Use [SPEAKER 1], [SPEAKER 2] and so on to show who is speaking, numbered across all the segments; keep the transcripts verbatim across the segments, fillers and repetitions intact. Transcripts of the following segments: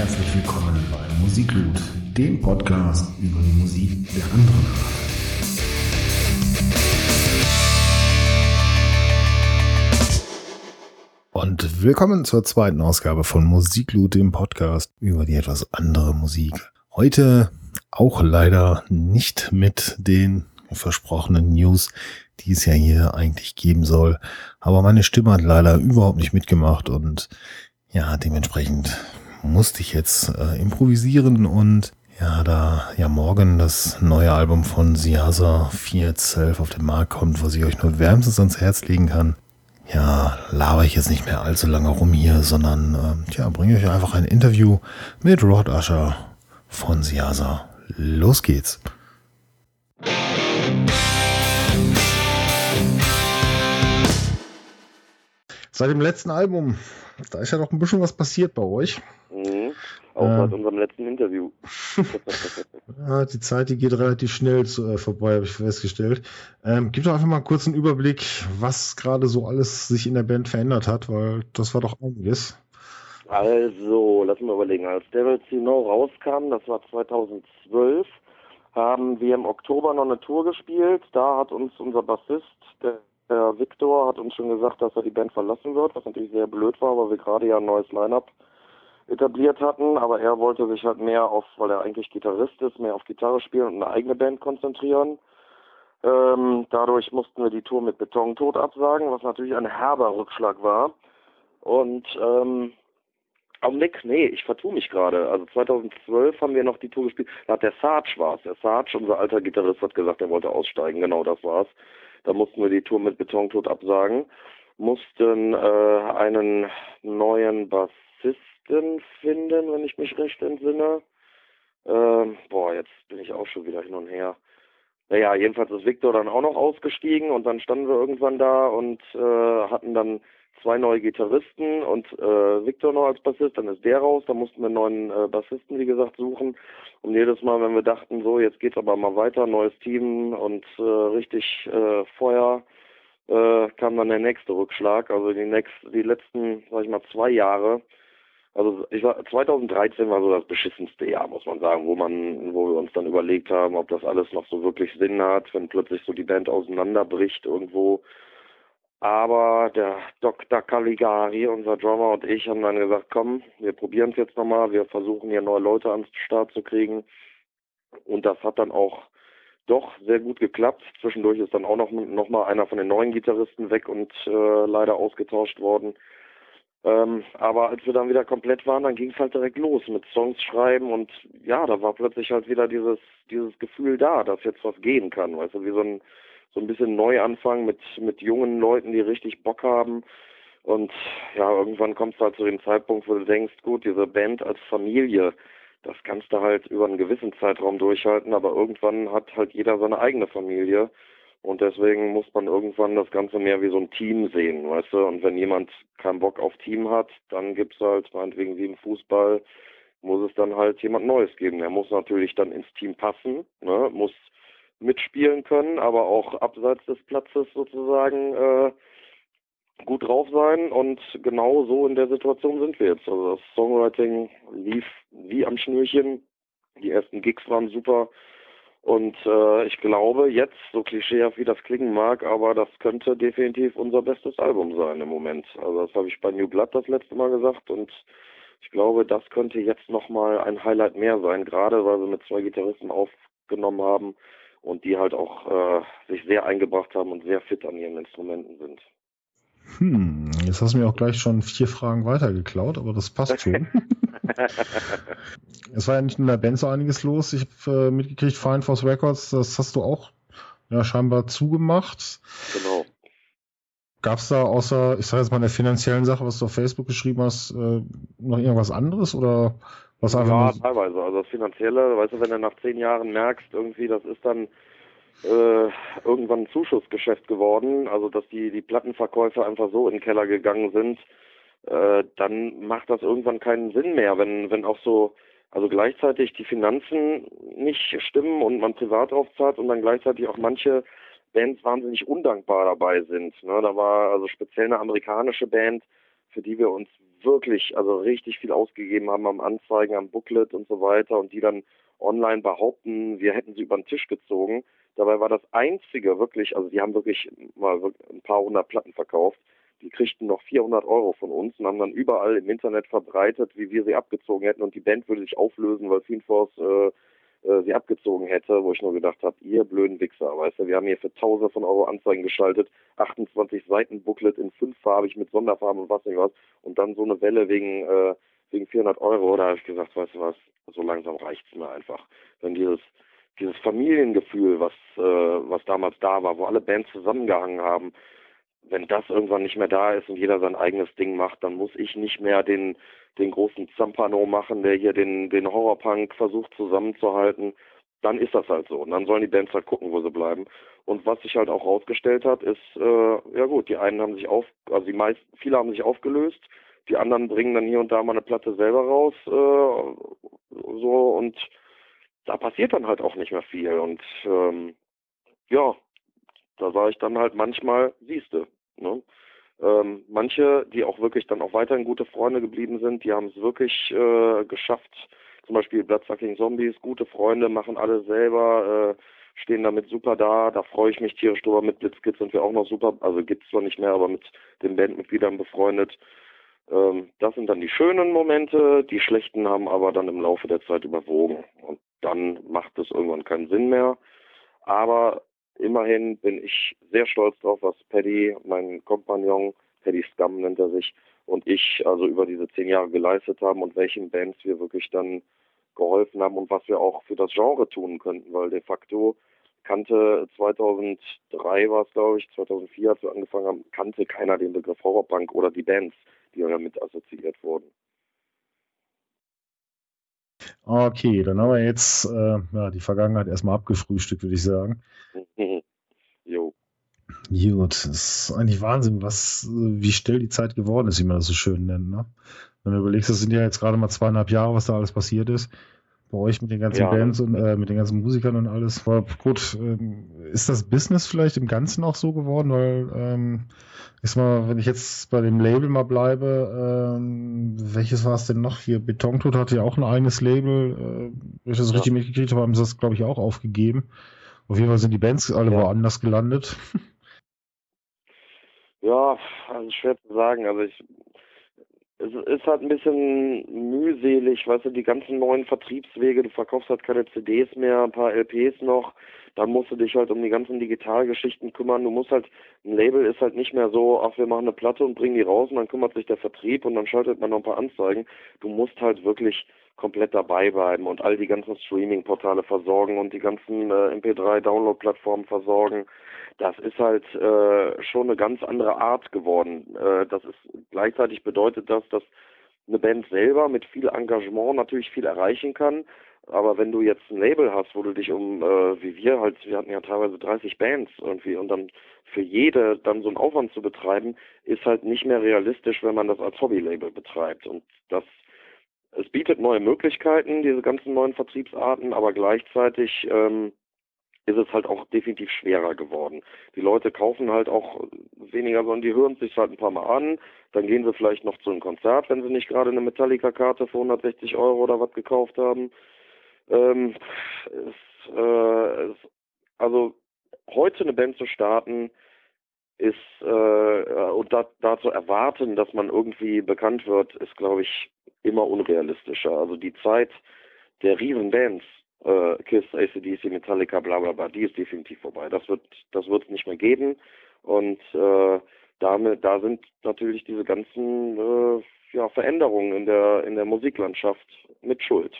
[SPEAKER 1] herzlich willkommen bei Musikloot, dem Podcast über die Musik der anderen Art. Und willkommen zur zweiten Ausgabe von Musikloot, dem Podcast über die etwas andere Musik. Heute auch leider nicht mit den versprochenen News, die es ja hier eigentlich geben soll. Aber meine Stimme hat leider überhaupt nicht mitgemacht und ja, dementsprechend musste ich jetzt äh, improvisieren und ja, da ja morgen das neue Album von Siasa vier Itself auf den Markt kommt, was ich euch nur wärmstens ans Herz legen kann, ja, laber ich jetzt nicht mehr allzu lange rum hier, sondern äh, tja, bringe euch einfach ein Interview mit Rod Usher von Siasa. Los geht's! Seit dem letzten Album, da ist ja noch ein bisschen was passiert bei euch.
[SPEAKER 2] Mhm. Auch äh, seit unserem letzten Interview.
[SPEAKER 1] Ja, die Zeit, die geht relativ schnell zu, äh, vorbei, habe ich festgestellt. Ähm, gib doch einfach mal einen kurzen Überblick, was gerade so alles sich in der Band verändert hat, weil das war doch einiges.
[SPEAKER 2] Also, lass mal überlegen. Als Devils You Know rauskam, das war zweitausendzwölf, haben wir im Oktober noch eine Tour gespielt. Da hat uns unser Bassist, der Der Victor, hat uns schon gesagt, dass er die Band verlassen wird, was natürlich sehr blöd war, weil wir gerade ja ein neues Line-Up etabliert hatten, aber er wollte sich halt mehr auf, weil er eigentlich Gitarrist ist, mehr auf Gitarre spielen und eine eigene Band konzentrieren. Ähm, dadurch mussten wir die Tour mit Betontod absagen, was natürlich ein herber Rückschlag war. Und ähm, Augenblick, nee, ich vertue mich gerade. Also zweitausendzwölf haben wir noch die Tour gespielt. Da hat der Sarge war's. Der Sarge, unser alter Gitarrist, hat gesagt, er wollte aussteigen. Genau, das war's. Da mussten wir die Tour mit Betontod absagen. Mussten äh, einen neuen Bassisten finden, wenn ich mich recht entsinne. Ähm, boah, jetzt bin ich auch schon wieder hin und her. Naja, jedenfalls ist Victor dann auch noch ausgestiegen und dann standen wir irgendwann da und äh, hatten dann zwei neue Gitarristen und äh, Victor noch als Bassist, dann ist der raus, da mussten wir einen neuen äh, Bassisten, wie gesagt, suchen. Und jedes Mal, wenn wir dachten, so, jetzt geht's aber mal weiter, neues Team und äh, richtig äh, Feuer, äh, kam dann der nächste Rückschlag. Also die nächsten, die letzten, sag ich mal, zwei Jahre, also ich war, zweitausenddreizehn war so das beschissenste Jahr, muss man sagen, wo man, wo wir uns dann überlegt haben, ob das alles noch so wirklich Sinn hat, wenn plötzlich so die Band auseinanderbricht irgendwo. Aber der Doktor Caligari, unser Drummer, und ich haben dann gesagt, komm, wir probieren es jetzt nochmal, wir versuchen hier neue Leute ans Start zu kriegen. Und das hat dann auch doch sehr gut geklappt. Zwischendurch ist dann auch noch, noch mal einer von den neuen Gitarristen weg und äh, leider ausgetauscht worden. Ähm, aber als wir dann wieder komplett waren, dann ging es halt direkt los mit Songs schreiben und ja, da war plötzlich halt wieder dieses dieses Gefühl da, dass jetzt was gehen kann, weißt du, wie so ein so ein bisschen Neuanfang mit mit jungen Leuten, die richtig Bock haben. Und ja, irgendwann kommst du halt zu dem Zeitpunkt, wo du denkst, gut, diese Band als Familie, das kannst du halt über einen gewissen Zeitraum durchhalten, aber irgendwann hat halt jeder seine eigene Familie. Und deswegen muss man irgendwann das Ganze mehr wie so ein Team sehen, weißt du? Und wenn jemand keinen Bock auf Team hat, dann gibt's halt, meinetwegen wie im Fußball, muss es dann halt jemand Neues geben. Er muss natürlich dann ins Team passen, ne? Muss mitspielen können, aber auch abseits des Platzes sozusagen äh, gut drauf sein. Und genau so in der Situation sind wir jetzt. Also das Songwriting lief wie am Schnürchen. Die ersten Gigs waren super. Und äh, ich glaube jetzt, so klischeehaft wie das klingen mag, aber das könnte definitiv unser bestes Album sein im Moment. Also das habe ich bei New Blood das letzte Mal gesagt und ich glaube, das könnte jetzt nochmal ein Highlight mehr sein, gerade weil wir mit zwei Gitarristen aufgenommen haben und die halt auch äh, sich sehr eingebracht haben und sehr fit an ihren Instrumenten sind.
[SPEAKER 1] Hm, jetzt hast du mir auch gleich schon vier Fragen weitergeklaut, aber das passt schon. Es war ja nicht in der Band so einiges los. Ich habe äh, mitgekriegt, Fine Force Records, das hast du auch ja scheinbar zugemacht.
[SPEAKER 2] Genau.
[SPEAKER 1] Gab es da außer, ich sage jetzt mal in der finanziellen Sache, was du auf Facebook geschrieben hast, äh, noch irgendwas anderes oder was einfach
[SPEAKER 2] Ja,
[SPEAKER 1] nur...
[SPEAKER 2] teilweise. Also das Finanzielle, weißt du, wenn du nach zehn Jahren merkst, irgendwie, das ist dann äh, irgendwann ein Zuschussgeschäft geworden, also dass die, die Plattenverkäufe einfach so in den Keller gegangen sind, äh, dann macht das irgendwann keinen Sinn mehr, wenn, wenn auch so, also gleichzeitig die Finanzen nicht stimmen und man privat drauf zahlt und dann gleichzeitig auch manche Bands wahnsinnig undankbar dabei sind. Ne? Da war also speziell eine amerikanische Band, für die wir uns wirklich, also richtig viel ausgegeben haben am Anzeigen, am Booklet und so weiter und die dann online behaupten, wir hätten sie über den Tisch gezogen. Dabei war das einzige wirklich, also die haben wirklich mal ein paar hundert Platten verkauft. Die kriegten noch vierhundert Euro von uns und haben dann überall im Internet verbreitet, wie wir sie abgezogen hätten und die Band würde sich auflösen, weil Fiend Force äh, äh, sie abgezogen hätte, wo ich nur gedacht habe, ihr blöden Wichser, weißt du, wir haben hier für Tausende von Euro Anzeigen geschaltet, achtundzwanzig Seiten Booklet in fünffarbig mit Sonderfarben und was nicht was und dann so eine Welle wegen äh, wegen vierhundert Euro, da habe ich gesagt, weißt du was, so langsam reicht's mir einfach. Wenn dieses dieses Familiengefühl, was äh, was damals da war, wo alle Bands zusammengehangen haben, wenn das irgendwann nicht mehr da ist und jeder sein eigenes Ding macht, dann muss ich nicht mehr den den großen Zampano machen, der hier den den Horrorpunk versucht zusammenzuhalten. Dann ist das halt so. Und dann sollen die Bands halt gucken, wo sie bleiben. Und was sich halt auch rausgestellt hat, ist, äh, ja gut, die einen haben sich auf, also die meisten, viele haben sich aufgelöst, die anderen bringen dann hier und da mal eine Platte selber raus, äh, so, und da passiert dann halt auch nicht mehr viel. Und ähm, ja, da sage ich dann halt manchmal, siehste, ne? Ähm, manche, die auch wirklich dann auch weiterhin gute Freunde geblieben sind, die haben es wirklich äh, geschafft. Zum Beispiel Bloodsucking Zombies, gute Freunde, machen alle selber, äh, stehen damit super da. Da freue ich mich tierisch drüber. Mit Blitzkids sind wir auch noch super, also gibt es zwar nicht mehr, aber mit den Bandmitgliedern befreundet. Ähm, das sind dann die schönen Momente. Die schlechten haben aber dann im Laufe der Zeit überwogen. Und dann macht es irgendwann keinen Sinn mehr. Aber immerhin bin ich sehr stolz drauf, was Paddy, mein Kompagnon, Paddy Scum nennt er sich, und ich also über diese zehn Jahre geleistet haben und welchen Bands wir wirklich dann geholfen haben und was wir auch für das Genre tun könnten, weil de facto kannte zweitausenddrei war es, glaube ich, zweitausendvier, als wir angefangen haben, kannte keiner den Begriff Horrorpunk oder die Bands, die damit assoziiert wurden.
[SPEAKER 1] Okay, dann haben wir jetzt äh, ja, die Vergangenheit erstmal abgefrühstückt, würde ich sagen.
[SPEAKER 2] Jo.
[SPEAKER 1] Gut, das ist eigentlich Wahnsinn, was, wie schnell die Zeit geworden ist, wie man das so schön nennt, ne? Wenn du überlegst, das sind ja jetzt gerade mal zweieinhalb Jahre, was da alles passiert ist. Bei euch mit den ganzen
[SPEAKER 2] Ja,
[SPEAKER 1] Bands und äh, mit den ganzen Musikern und alles. Aber gut, ähm, ist das Business vielleicht im Ganzen auch so geworden? Weil, ähm, ist mal, wenn ich jetzt bei dem Label mal bleibe, ähm, welches war es denn noch hier? Betontod hatte ja auch ein eigenes Label. Äh, wenn ich das
[SPEAKER 2] Ja.
[SPEAKER 1] richtig mitgekriegt habe, haben sie das, glaube ich, auch aufgegeben. Auf jeden Fall sind die Bands alle
[SPEAKER 2] Ja.
[SPEAKER 1] woanders gelandet.
[SPEAKER 2] Ja, also schwer zu sagen. Also ich, es ist halt ein bisschen mühselig, weißt du, die ganzen neuen Vertriebswege, du verkaufst halt keine C Ds mehr, ein paar L Ps noch, dann musst du dich halt um die ganzen Digitalgeschichten kümmern. Du musst halt, ein Label ist halt nicht mehr so, ach, wir machen eine Platte und bringen die raus und dann kümmert sich der Vertrieb und dann schaltet man noch ein paar Anzeigen. Du musst halt wirklich komplett dabei bleiben und all die ganzen Streaming-Portale versorgen und die ganzen äh, M P drei Download-Plattformen versorgen. Das ist halt äh, schon eine ganz andere Art geworden. Äh, das ist gleichzeitig bedeutet das, dass eine Band selber mit viel Engagement natürlich viel erreichen kann. Aber wenn du jetzt ein Label hast, wo du dich um, äh, wie wir halt, wir hatten ja teilweise dreißig Bands irgendwie und dann für jede dann so einen Aufwand zu betreiben, ist halt nicht mehr realistisch, wenn man das als Hobby-Label betreibt. Und das Es bietet neue Möglichkeiten, diese ganzen neuen Vertriebsarten, aber gleichzeitig ähm, ist es halt auch definitiv schwerer geworden. Die Leute kaufen halt auch weniger, sondern die hören sich halt ein paar Mal an, dann gehen sie vielleicht noch zu einem Konzert, wenn sie nicht gerade eine Metallica-Karte für hundertsechzig Euro oder was gekauft haben. Ähm, es, äh, es, also heute eine Band zu starten, ist äh, und da, da zu erwarten, dass man irgendwie bekannt wird, ist, glaube ich, immer unrealistischer. Also die Zeit der Riesenbands, äh, Kiss, A C D C, Metallica, bla bla bla, die ist definitiv vorbei. Das wird das wird es nicht mehr geben. Und äh, damit, da sind natürlich diese ganzen äh, ja, Veränderungen in der in der Musiklandschaft mit Schuld.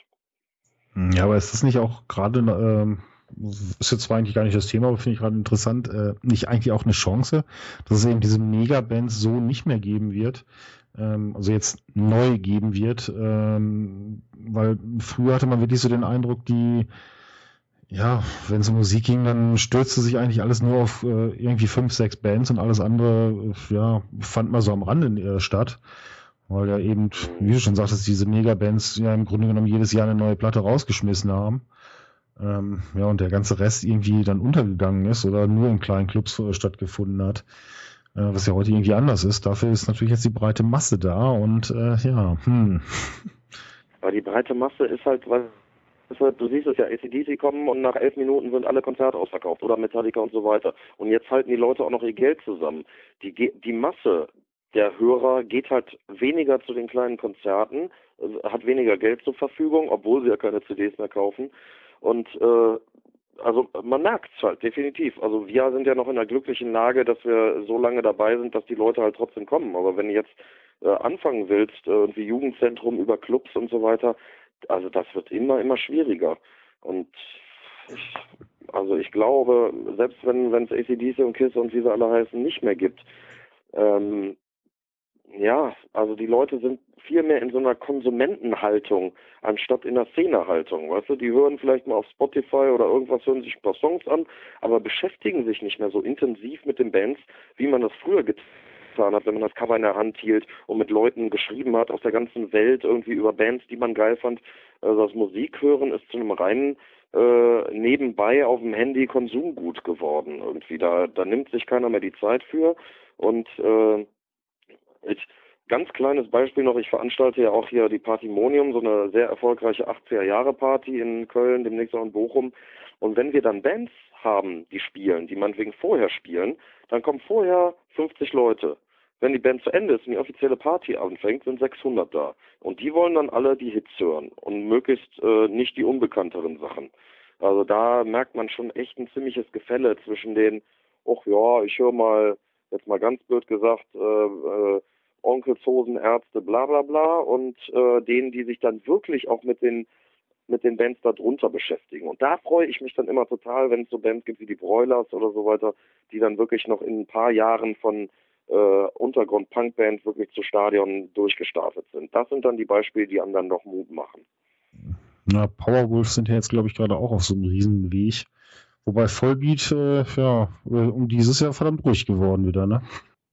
[SPEAKER 1] Ja, aber ist das nicht auch gerade, ähm, ist jetzt zwar eigentlich gar nicht das Thema, aber finde ich gerade interessant, äh, nicht eigentlich auch eine Chance, dass es eben diese Megabands so nicht mehr geben wird, ähm, also jetzt neu geben wird, ähm, weil früher hatte man wirklich so den Eindruck, die, ja, wenn es um Musik ging, dann stürzte sich eigentlich alles nur auf äh, irgendwie fünf, sechs Bands und alles andere, äh, ja, fand man so am Rande äh, statt. Weil ja eben, wie du schon sagtest, diese Megabands ja im Grunde genommen jedes Jahr eine neue Platte rausgeschmissen haben. Ähm, ja, und der ganze Rest irgendwie dann untergegangen ist oder nur in kleinen Clubs äh, stattgefunden hat. Äh, was ja heute irgendwie anders ist. Dafür ist natürlich jetzt die breite Masse da und äh, ja, hm.
[SPEAKER 2] Aber die breite Masse ist halt, weil du siehst es ja, A C D C kommen und nach elf Minuten sind alle Konzerte ausverkauft oder Metallica und so weiter. Und jetzt halten die Leute auch noch ihr Geld zusammen. Die, die Masse der Hörer geht halt weniger zu den kleinen Konzerten, hat weniger Geld zur Verfügung, obwohl sie ja keine C Ds mehr kaufen. Und äh, also man merkt es halt definitiv. Also wir sind ja noch in der glücklichen Lage, dass wir so lange dabei sind, dass die Leute halt trotzdem kommen. Aber wenn du jetzt äh, anfangen willst, äh, irgendwie Jugendzentrum über Clubs und so weiter, also das wird immer, immer schwieriger. Und ich, also ich glaube, selbst wenn es A C D C und Kiss und wie sie alle heißen, nicht mehr gibt, ähm, ja, also die Leute sind viel mehr in so einer Konsumentenhaltung, anstatt in einer Szenehaltung, weißt du? Die hören vielleicht mal auf Spotify oder irgendwas, hören sich ein paar Songs an, aber beschäftigen sich nicht mehr so intensiv mit den Bands, wie man das früher getan hat, wenn man das Cover in der Hand hielt und mit Leuten geschrieben hat aus der ganzen Welt irgendwie über Bands, die man geil fand. Also das Musikhören ist zu einem reinen äh, nebenbei auf dem Handy Konsumgut geworden irgendwie. Da, da nimmt sich keiner mehr die Zeit für und äh, Ich, ganz kleines Beispiel noch, ich veranstalte ja auch hier die Partymonium, so eine sehr erfolgreiche achtziger-Jahre-Party in Köln, demnächst auch in Bochum. Und wenn wir dann Bands haben, die spielen, die meinetwegen vorher spielen, dann kommen vorher fünfzig Leute. Wenn die Band zu Ende ist und die offizielle Party anfängt, sind sechshundert da. Und die wollen dann alle die Hits hören und möglichst äh, nicht die unbekannteren Sachen. Also da merkt man schon echt ein ziemliches Gefälle zwischen den, ach ja, ich höre mal, jetzt mal ganz blöd gesagt, äh, äh, Onkels, Hosen, Ärzte, bla bla bla und äh, denen, die sich dann wirklich auch mit den mit den Bands darunter beschäftigen. Und da freue ich mich dann immer total, wenn es so Bands gibt wie die Broilers oder so weiter, die dann wirklich noch in ein paar Jahren von äh, Untergrund-Punk-Band wirklich zu Stadion durchgestartet sind. Das sind dann die Beispiele, die einem dann noch Mut machen.
[SPEAKER 1] Na, Powerwolf sind ja jetzt, glaube ich, gerade auch auf so einem Riesenweg. Wobei Vollbeat, äh, ja, um dieses Jahr verdammt ruhig geworden wieder, ne?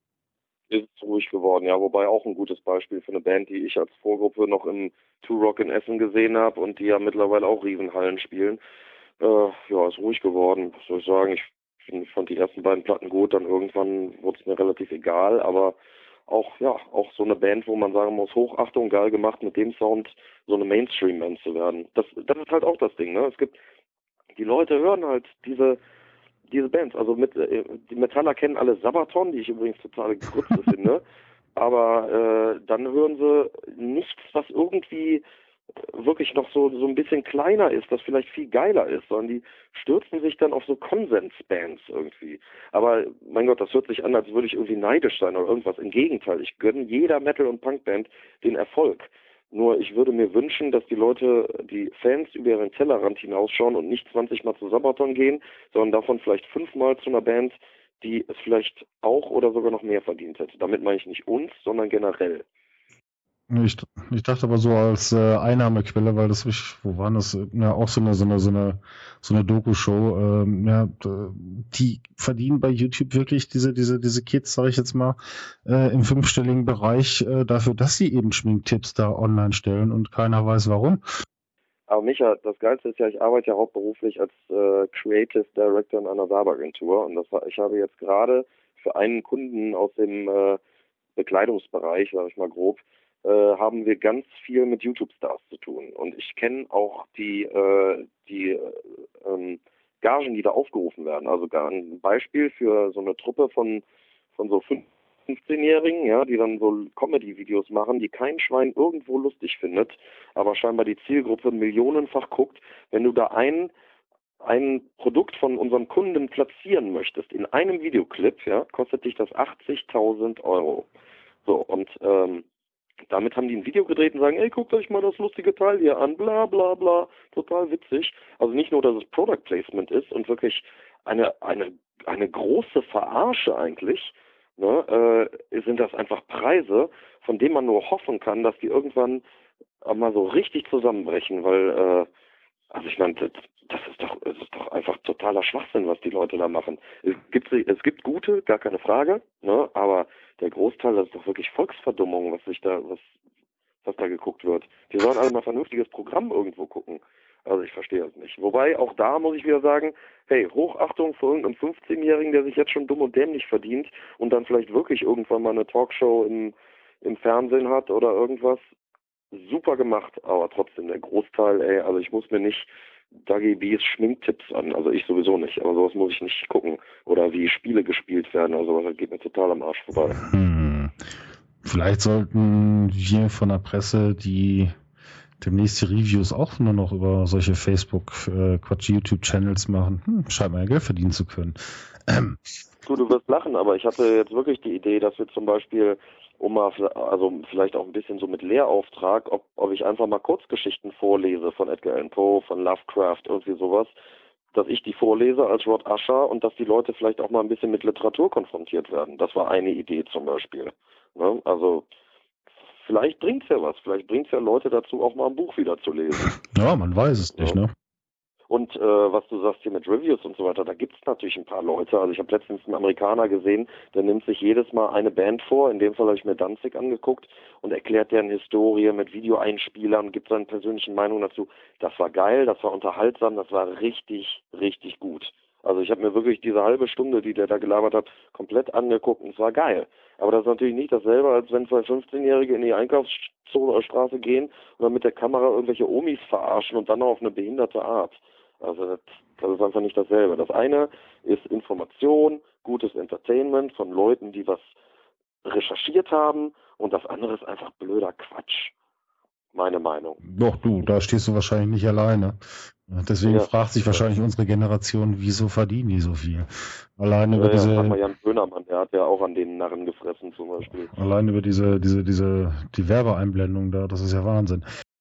[SPEAKER 2] Ist ruhig geworden, ja, wobei auch ein gutes Beispiel für eine Band, die ich als Vorgruppe noch im Two Rock in Essen gesehen habe und die ja mittlerweile auch Riesenhallen spielen. Äh, ja, ist ruhig geworden, was soll ich sagen. Ich find, fand die ersten beiden Platten gut, dann irgendwann wurde es mir relativ egal, aber auch, ja, auch so eine Band, wo man sagen muss, Hochachtung, geil gemacht, mit dem Sound so eine Mainstream-Band zu werden. Das, das ist halt auch das Ding, ne? Es gibt, die Leute hören halt diese diese Bands, also mit äh, die Metaller kennen alle Sabaton, die ich übrigens total Grütze finde, aber äh, dann hören sie nichts, was irgendwie wirklich noch so so ein bisschen kleiner ist, das vielleicht viel geiler ist, sondern die stürzen sich dann auf so Konsensbands irgendwie. Aber mein Gott, das hört sich an, als würde ich irgendwie neidisch sein oder irgendwas. Im Gegenteil, ich gönne jeder Metal- und Punkband den Erfolg. Nur ich würde mir wünschen, dass die Leute, die Fans über ihren Tellerrand hinausschauen und nicht zwanzig Mal zu Sabaton gehen, sondern davon vielleicht fünfmal zu einer Band, die es vielleicht auch oder sogar noch mehr verdient hätte. Damit meine ich nicht uns, sondern generell.
[SPEAKER 1] Ich, ich dachte aber so als äh, Einnahmequelle, weil das, ich, wo waren das? Ja, auch so eine, so eine, so eine, so eine Doku-Show. Ähm, ja, die verdienen bei YouTube wirklich diese, diese, diese Kids, sage ich jetzt mal, äh, im fünfstelligen Bereich äh, dafür, dass sie eben Schminktipps da online stellen und keiner weiß warum.
[SPEAKER 2] Aber Micha, das Geilste ist ja, ich arbeite ja hauptberuflich als äh, Creative Director in einer Werbeagentur und das war, ich habe jetzt gerade für einen Kunden aus dem äh, Bekleidungsbereich, sage ich mal grob, äh, haben wir ganz viel mit YouTube-Stars zu tun. Und ich kenne auch die, äh, die äh, ähm, Gagen, die da aufgerufen werden. Also gar ein Beispiel für so eine Truppe von, von so fünfzehnjährigen, ja, die dann so Comedy-Videos machen, die kein Schwein irgendwo lustig findet, aber scheinbar die Zielgruppe millionenfach guckt. Wenn du da ein ein Produkt von unserem Kunden platzieren möchtest in einem Videoclip, ja, kostet dich das achtzigtausend Euro. So, und ähm, damit haben die ein Video gedreht und sagen, ey, guckt euch mal das lustige Teil hier an, bla bla bla, total witzig. Also nicht nur, dass es Product Placement ist und wirklich eine, eine, eine große Verarsche eigentlich, ne, äh, sind das einfach Preise, von denen man nur hoffen kann, dass die irgendwann mal so richtig zusammenbrechen, weil äh, also ich meine, das, das ist doch, es ist doch einfach totaler Schwachsinn, was die Leute da machen. Es gibt, es gibt gute, gar keine Frage, ne? Aber der Großteil, das ist doch wirklich Volksverdummung, was sich da, was, was da geguckt wird. Die sollen alle mal vernünftiges Programm irgendwo gucken. Also ich verstehe das nicht. Wobei, auch da muss ich wieder sagen, hey, Hochachtung vor irgendeinem fünfzehnjährigen, der sich jetzt schon dumm und dämlich verdient und dann vielleicht wirklich irgendwann mal eine Talkshow im, im Fernsehen hat oder irgendwas. Super gemacht, aber trotzdem der Großteil, ey, also ich muss mir nicht Dougie B's Schminktipps an, also ich sowieso nicht, aber sowas muss ich nicht gucken. Oder wie Spiele gespielt werden oder sowas, das geht mir total am Arsch vorbei.
[SPEAKER 1] Hm. Vielleicht sollten wir von der Presse die demnächst die Reviews auch nur noch über solche Facebook, äh, Quatsch, YouTube-Channels machen. Hm, scheint mal Geld verdienen zu können. Ähm.
[SPEAKER 2] Du, du wirst lachen, aber ich hatte jetzt wirklich die Idee, dass wir zum Beispiel, um mal, also vielleicht auch ein bisschen so mit Lehrauftrag, ob, ob ich einfach mal Kurzgeschichten vorlese von Edgar Allan Poe, von Lovecraft, irgendwie sowas, dass ich die vorlese als Rod Usher und dass die Leute vielleicht auch mal ein bisschen mit Literatur konfrontiert werden. Das war eine Idee zum Beispiel. Ne? Also vielleicht bringt's ja was. Vielleicht bringt's ja Leute dazu, auch mal ein Buch wieder zu lesen.
[SPEAKER 1] Ja, man weiß es nicht,
[SPEAKER 2] ja.
[SPEAKER 1] ne?
[SPEAKER 2] Und äh, was du sagst hier mit Reviews und so weiter, da gibt's natürlich ein paar Leute. Also ich habe letztens einen Amerikaner gesehen, der nimmt sich jedes Mal eine Band vor. In dem Fall habe ich mir Danzig angeguckt und erklärt deren Historie mit Videoeinspielern, gibt seine persönlichen Meinungen dazu. Das war geil, das war unterhaltsam, das war richtig, richtig gut. Also ich habe mir wirklich diese halbe Stunde, die der da gelabert hat, komplett angeguckt und es war geil. Aber das ist natürlich nicht dasselbe, als wenn zwei fünfzehnjährige in die Einkaufsstraße gehen und dann mit der Kamera irgendwelche Omis verarschen und dann noch auf eine behinderte Art. Also das, das ist einfach nicht dasselbe. Das eine ist Information, gutes Entertainment von Leuten, die was recherchiert haben und das andere ist einfach blöder Quatsch. Meine Meinung.
[SPEAKER 1] Doch, du, da stehst du wahrscheinlich nicht alleine. Deswegen ja. fragt sich wahrscheinlich unsere Generation, wieso verdienen die so viel? Allein über
[SPEAKER 2] ja,
[SPEAKER 1] diese.
[SPEAKER 2] Ja, mal Jan Böhnermann, der hat ja auch an den Narren gefressen zum Beispiel.
[SPEAKER 1] Allein über diese, diese, diese, die Werbeeinblendung da, das ist ja Wahnsinn.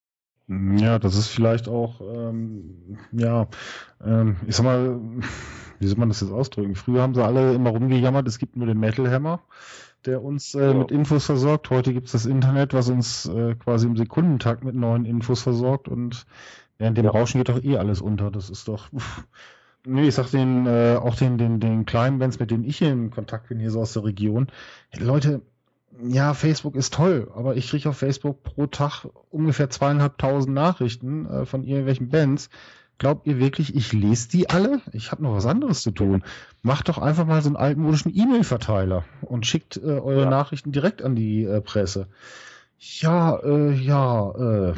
[SPEAKER 1] Ja, das ist vielleicht auch, ähm, ja, ähm, ich sag mal, wie soll man das jetzt ausdrücken? Früher haben sie alle immer rumgejammert, es gibt nur den Metal Hammer, der uns äh, ja. mit Infos versorgt. Heute gibt es das Internet, was uns äh, quasi im Sekundentakt mit neuen Infos versorgt und während dem ja. Rauschen geht doch eh alles unter. Das ist doch. Uff. Nee, ich sag den, äh, auch den, den, den kleinen Bands, mit denen ich hier in Kontakt bin, hier so aus der Region. Hey, Leute, ja, Facebook ist toll, aber ich kriege auf Facebook pro Tag ungefähr zweieinhalbtausend Nachrichten äh, von irgendwelchen Bands. Glaubt ihr wirklich, ich lese die alle? Ich habe noch was anderes zu tun. Macht doch einfach mal so einen altmodischen E-Mail-Verteiler und schickt äh, eure ja. Nachrichten direkt an die äh, Presse. Ja, äh, ja, äh.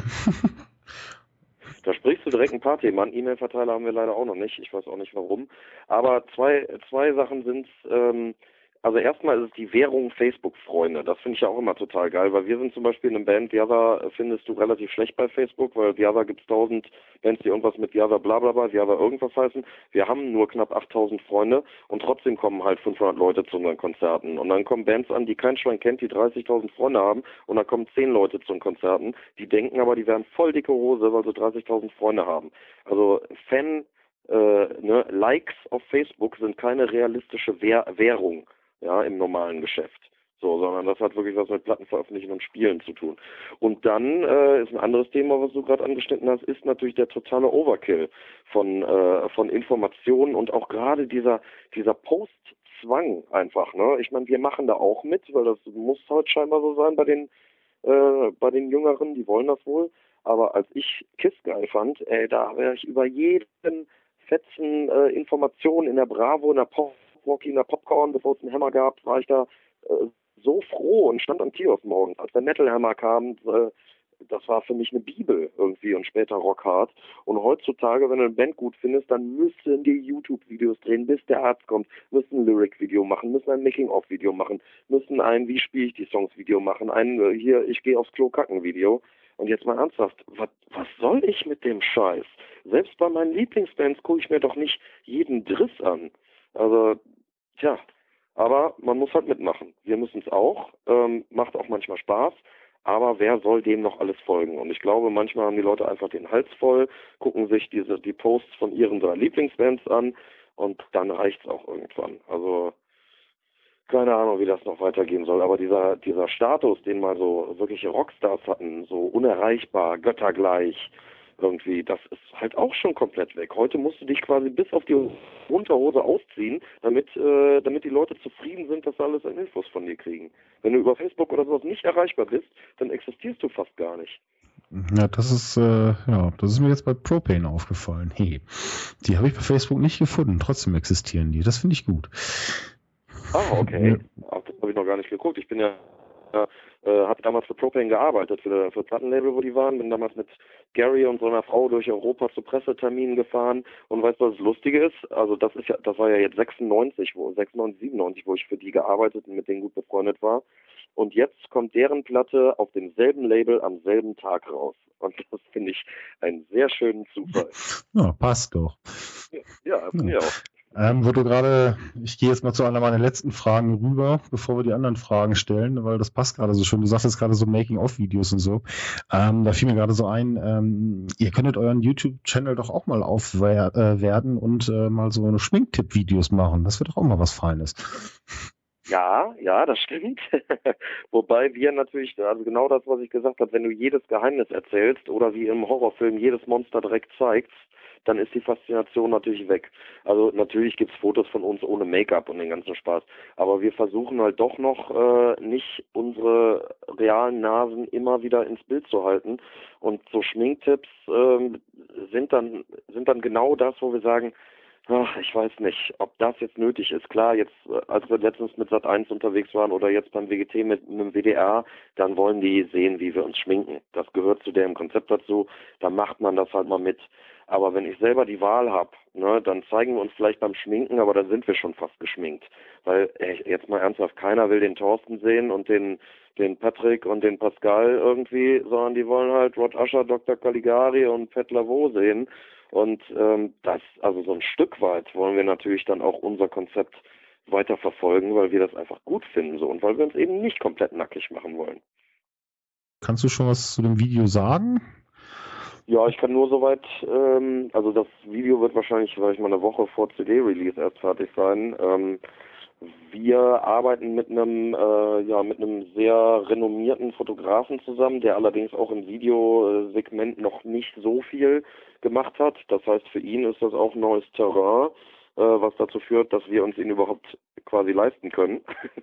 [SPEAKER 2] Da sprichst du direkt ein paar Themen an. E-Mail-Verteiler haben wir leider auch noch nicht. Ich weiß auch nicht warum. Aber zwei, zwei Sachen sind ähm, also erstmal ist es die Währung Facebook-Freunde. Das finde ich ja auch immer total geil, weil wir sind zum Beispiel in einem Band, Java findest du relativ schlecht bei Facebook, weil Java gibt es tausend Bands, die irgendwas mit Java bla bla bla, Java irgendwas heißen. Wir haben nur knapp achttausend Freunde und trotzdem kommen halt fünfhundert Leute zu unseren Konzerten. Und dann kommen Bands an, die kein Schwein kennt, die dreißigtausend Freunde haben und dann kommen zehn Leute zu den Konzerten. Die denken aber, die wären voll dicke Hose, weil sie dreißigtausend Freunde haben. Also Fan, äh, ne, Likes auf Facebook sind keine realistische Währ- Währung. Ja, im normalen Geschäft. So, sondern das hat wirklich was mit Plattenveröffentlichen und Spielen zu tun. Und dann äh, ist ein anderes Thema, was du gerade angeschnitten hast, ist natürlich der totale Overkill von äh, von Informationen und auch gerade dieser dieser Postzwang einfach. Ne, ich meine, wir machen da auch mit, weil das muss halt scheinbar so sein bei den äh, bei den Jüngeren, die wollen das wohl. Aber als ich Kiss geil fand, ey, da wäre ich über jeden fetzen äh, Informationen in der Bravo, in der Pop Rocky in der Popcorn, bevor es einen Hammer gab, war ich da äh, so froh und stand am Kiosk morgens. Als der Metal Hammer kam, äh, das war für mich eine Bibel irgendwie und später Rockhard. Und heutzutage, wenn du eine Band gut findest, dann müssen die YouTube-Videos drehen, bis der Arzt kommt, müssen ein Lyric-Video machen, müssen ein Making-of-Video machen, müssen ein Wie spiele ich die Songs-Video machen, ein äh, hier, ich gehe aufs Klo kacken-Video. Und jetzt mal ernsthaft, was, was soll ich mit dem Scheiß? Selbst bei meinen Lieblingsbands gucke ich mir doch nicht jeden Driss an. Also, tja, aber man muss halt mitmachen. Wir müssen es auch, ähm, macht auch manchmal Spaß, aber wer soll dem noch alles folgen? Und ich glaube, manchmal haben die Leute einfach den Hals voll, gucken sich diese die Posts von ihren drei Lieblingsbands an und dann reicht's auch irgendwann. Also, keine Ahnung, wie das noch weitergehen soll, aber dieser dieser Status, den mal so wirkliche Rockstars hatten, so unerreichbar, göttergleich, irgendwie, das ist halt auch schon komplett weg. Heute musst du dich quasi bis auf die Unterhose ausziehen, damit äh, damit die Leute zufrieden sind, dass sie alles an Infos von dir kriegen. Wenn du über Facebook oder sowas nicht erreichbar bist, dann existierst du fast gar nicht.
[SPEAKER 1] Ja, das ist, äh, ja, das ist mir jetzt bei Propane aufgefallen. Hey, die habe ich bei Facebook nicht gefunden, trotzdem existieren die. Das finde ich gut.
[SPEAKER 2] Ah,
[SPEAKER 1] Ja.
[SPEAKER 2] okay. Ach, das habe ich noch gar nicht geguckt. Ich bin ja, ja äh, habe damals für Propane gearbeitet, für, für Plattenlabel, wo die waren. Bin damals mit Gary und so einer Frau durch Europa zu Presseterminen gefahren. Und weißt du, was das Lustige ist? Also das ist ja, das war ja jetzt sechsundneunzig, wo, sechsundneunzig, siebenundneunzig, wo ich für die gearbeitet und mit denen gut befreundet war. Und jetzt kommt deren Platte auf demselben Label am selben Tag raus. Und das finde ich einen sehr schönen Zufall.
[SPEAKER 1] Ja, passt doch.
[SPEAKER 2] Ja, ja,
[SPEAKER 1] Ja.
[SPEAKER 2] mir auch.
[SPEAKER 1] Ähm, wo du gerade, ich gehe jetzt mal zu einer meiner letzten Fragen rüber, bevor wir die anderen Fragen stellen, weil das passt gerade so schön. Du sagst jetzt gerade so Making-of-Videos und so. Ähm, da fiel mir gerade so ein, ähm, ihr könntet euren YouTube-Channel doch auch mal aufwerten und äh, mal so eine Schminktipp-Videos machen. Das wäre doch auch mal was Feines.
[SPEAKER 2] Ja, ja, das stimmt. Wobei wir natürlich, also genau das, was ich gesagt habe, wenn du jedes Geheimnis erzählst oder wie im Horrorfilm jedes Monster direkt zeigst, dann ist die Faszination natürlich weg. Also natürlich gibt's Fotos von uns ohne Make-up und den ganzen Spaß. Aber wir versuchen halt doch noch äh, nicht unsere realen Nasen immer wieder ins Bild zu halten. Und so Schminktipps ähm, sind dann sind dann genau das, wo wir sagen, ach, ich weiß nicht, ob das jetzt nötig ist. Klar, jetzt, äh, als wir letztens mit Sat eins unterwegs waren oder jetzt beim W G T mit, mit dem W D R, dann wollen die sehen, wie wir uns schminken. Das gehört zu dem Konzept dazu. Da macht man das halt mal mit. Aber wenn ich selber die Wahl habe, ne, dann zeigen wir uns vielleicht beim Schminken, aber dann sind wir schon fast geschminkt. Weil, ey, jetzt mal ernsthaft, keiner will den Thorsten sehen und den den Patrick und den Pascal irgendwie, sondern die wollen halt Rod Usher, Doktor Caligari und Pat Lavaux sehen. Und ähm, das, also so ein Stück weit wollen wir natürlich dann auch unser Konzept weiter verfolgen, weil wir das einfach gut finden so und weil wir uns eben nicht komplett nackig machen wollen.
[SPEAKER 1] Kannst du schon was zu dem Video sagen?
[SPEAKER 2] Ja, ich kann nur soweit, ähm, also das Video wird wahrscheinlich, weil ich mal eine Woche vor C D-Release erst fertig sein. Ähm, wir arbeiten mit einem, äh, ja, mit einem sehr renommierten Fotografen zusammen, der allerdings auch im Videosegment noch nicht so viel gemacht hat. Das heißt, für ihn ist das auch neues Terrain, äh, was dazu führt, dass wir uns ihn überhaupt quasi leisten können.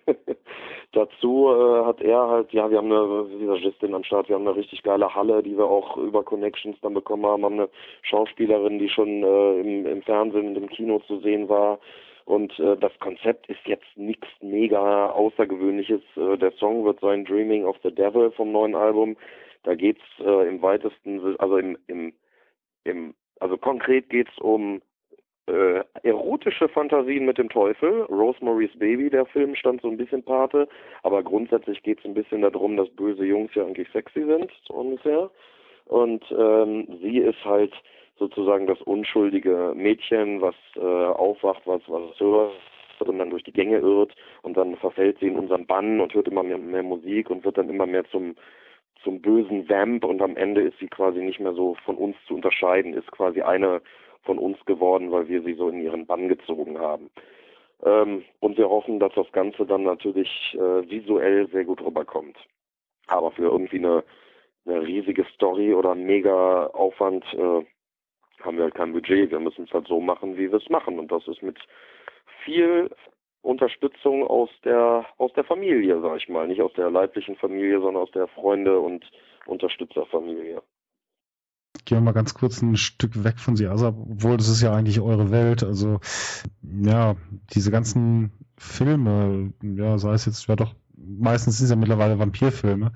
[SPEAKER 2] Dazu äh, hat er halt, ja, wir haben eine Visagistin am Start, wir haben eine richtig geile Halle, die wir auch über Connections dann bekommen haben, haben eine Schauspielerin, die schon äh, im, im Fernsehen und im Kino zu sehen war. Und äh, das Konzept ist jetzt nichts mega Außergewöhnliches. Äh, der Song wird sein Dreaming of the Devil vom neuen Album. Da geht's äh, im weitesten, also im, im, im, also konkret geht's um äh, erotische Fantasien mit dem Teufel. Rosemary's Baby, der Film, stand so ein bisschen Pate, aber grundsätzlich geht es ein bisschen darum, dass böse Jungs ja eigentlich sexy sind, so ungefähr. Und ähm, sie ist halt sozusagen das unschuldige Mädchen, was äh, aufwacht, was was hört und dann durch die Gänge irrt und dann verfällt sie in unseren Bann und hört immer mehr, mehr Musik und wird dann immer mehr zum zum bösen Vamp und am Ende ist sie quasi nicht mehr so von uns zu unterscheiden, ist quasi eine von uns geworden, weil wir sie so in ihren Bann gezogen haben. Ähm, und wir hoffen, dass das Ganze dann natürlich äh, visuell sehr gut rüberkommt. Aber für irgendwie eine, eine riesige Story oder einen mega Aufwand äh, haben wir halt kein Budget. Wir müssen es halt so machen, wie wir es machen. Und das ist mit viel Unterstützung aus der aus der Familie, sag ich mal. Nicht aus der leiblichen Familie, sondern aus der Freunde- und Unterstützerfamilie.
[SPEAKER 1] Gehen wir mal ganz kurz ein Stück weg von Siasa, obwohl das ist ja eigentlich eure Welt. Also ja, diese ganzen Filme, ja, sei es jetzt, ja doch, meistens sind es ja mittlerweile Vampirfilme.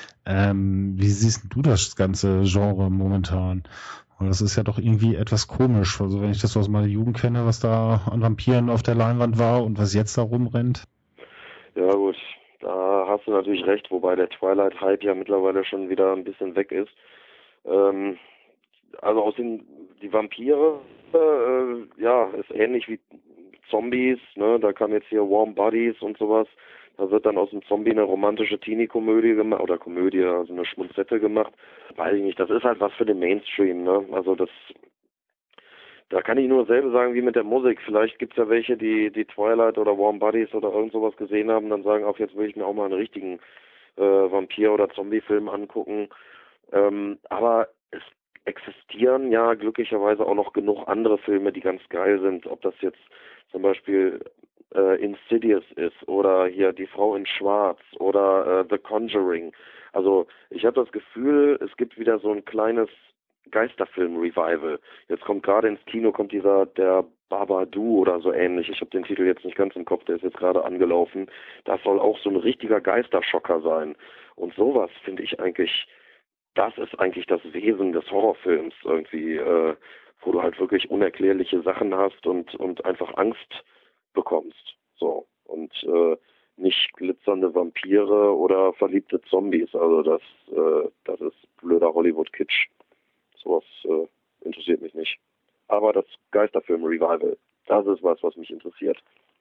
[SPEAKER 1] Ähm, wie siehst du das ganze Genre momentan? Und das ist ja doch irgendwie etwas komisch. Also wenn ich das so aus meiner Jugend kenne, was da an Vampiren auf der Leinwand war und was jetzt da rumrennt.
[SPEAKER 2] Ja gut, da hast du natürlich recht, wobei der Twilight-Hype ja mittlerweile schon wieder ein bisschen weg ist. Ähm, also aus den die Vampire, äh, ja, ist ähnlich wie Zombies, ne? Da kam jetzt hier Warm Bodies und sowas. Da wird dann aus dem Zombie eine romantische Teenie-Komödie gemacht oder Komödie, also eine Schmunzette gemacht. Weiß ich nicht, das ist halt was für den Mainstream, ne? Also das da kann ich nur dasselbe sagen wie mit der Musik. Vielleicht gibt's ja welche, die die Twilight oder Warm Bodies oder irgend sowas gesehen haben, dann sagen, ach, jetzt will ich mir auch mal einen richtigen äh, Vampir- oder Zombie-Film angucken. Ähm, aber es existieren ja glücklicherweise auch noch genug andere Filme, die ganz geil sind. Ob das jetzt zum Beispiel äh, Insidious ist oder hier Die Frau in Schwarz oder äh, The Conjuring. Also ich habe das Gefühl, es gibt wieder so ein kleines Geisterfilm-Revival. Jetzt kommt gerade ins Kino, kommt dieser, der Babadook oder so ähnlich. Ich habe den Titel jetzt nicht ganz im Kopf, der ist jetzt gerade angelaufen. Das soll auch so ein richtiger Geisterschocker sein. Und sowas finde ich eigentlich, das ist eigentlich das Wesen des Horrorfilms irgendwie, äh, wo du halt wirklich unerklärliche Sachen hast und, und einfach Angst bekommst. So. Und äh, nicht glitzernde Vampire oder verliebte Zombies. Also das, äh, das ist blöder Hollywood-Kitsch. Sowas äh, interessiert mich nicht. Aber das Geisterfilm-Revival, das ist was, was mich interessiert.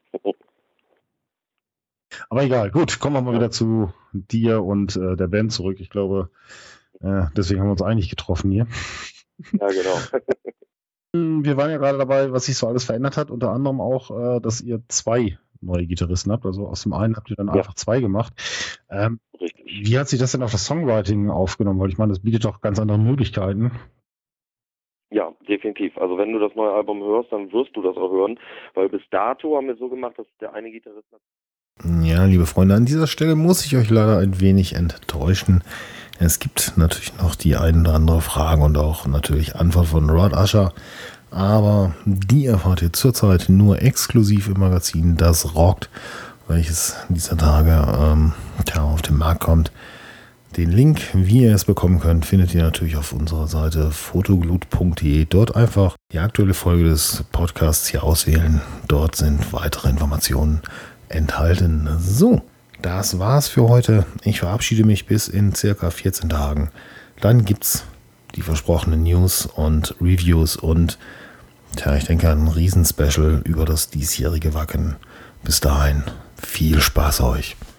[SPEAKER 1] Aber egal, gut, kommen wir mal ja. wieder zu dir und äh, der Band zurück. Ich glaube, äh, deswegen haben wir uns eigentlich getroffen hier.
[SPEAKER 2] Ja, genau.
[SPEAKER 1] Wir waren ja gerade dabei, was sich so alles verändert hat, unter anderem auch, äh, dass ihr zwei neue Gitarristen habt. Also aus dem einen habt ihr dann ja. einfach zwei gemacht. Ähm,
[SPEAKER 2] Richtig.
[SPEAKER 1] Wie hat sich das denn auf das Songwriting aufgenommen? Weil ich meine, das bietet doch ganz andere Möglichkeiten.
[SPEAKER 2] Ja, definitiv. Also wenn du das neue Album hörst, dann wirst du das auch hören, weil bis dato haben wir es so gemacht, dass der eine Gitarrist...
[SPEAKER 1] Ja, liebe Freunde, an dieser Stelle muss ich euch leider ein wenig enttäuschen. Es gibt natürlich noch die ein oder andere Frage und auch natürlich Antwort von Rod Usher, aber die erfahrt ihr zurzeit nur exklusiv im Magazin Das Rockt, welches dieser Tage ähm, ja, auf den Markt kommt. Den Link, wie ihr es bekommen könnt, findet ihr natürlich auf unserer Seite fotoglut punkt de. Dort einfach die aktuelle Folge des Podcasts hier auswählen. Dort sind weitere Informationen enthalten. So, das war's für heute. Ich verabschiede mich bis in circa vierzehn Tagen. Dann gibt's die versprochenen News und Reviews und tja, ich denke ein Riesen-Special über das diesjährige Wacken. Bis dahin, viel Spaß euch.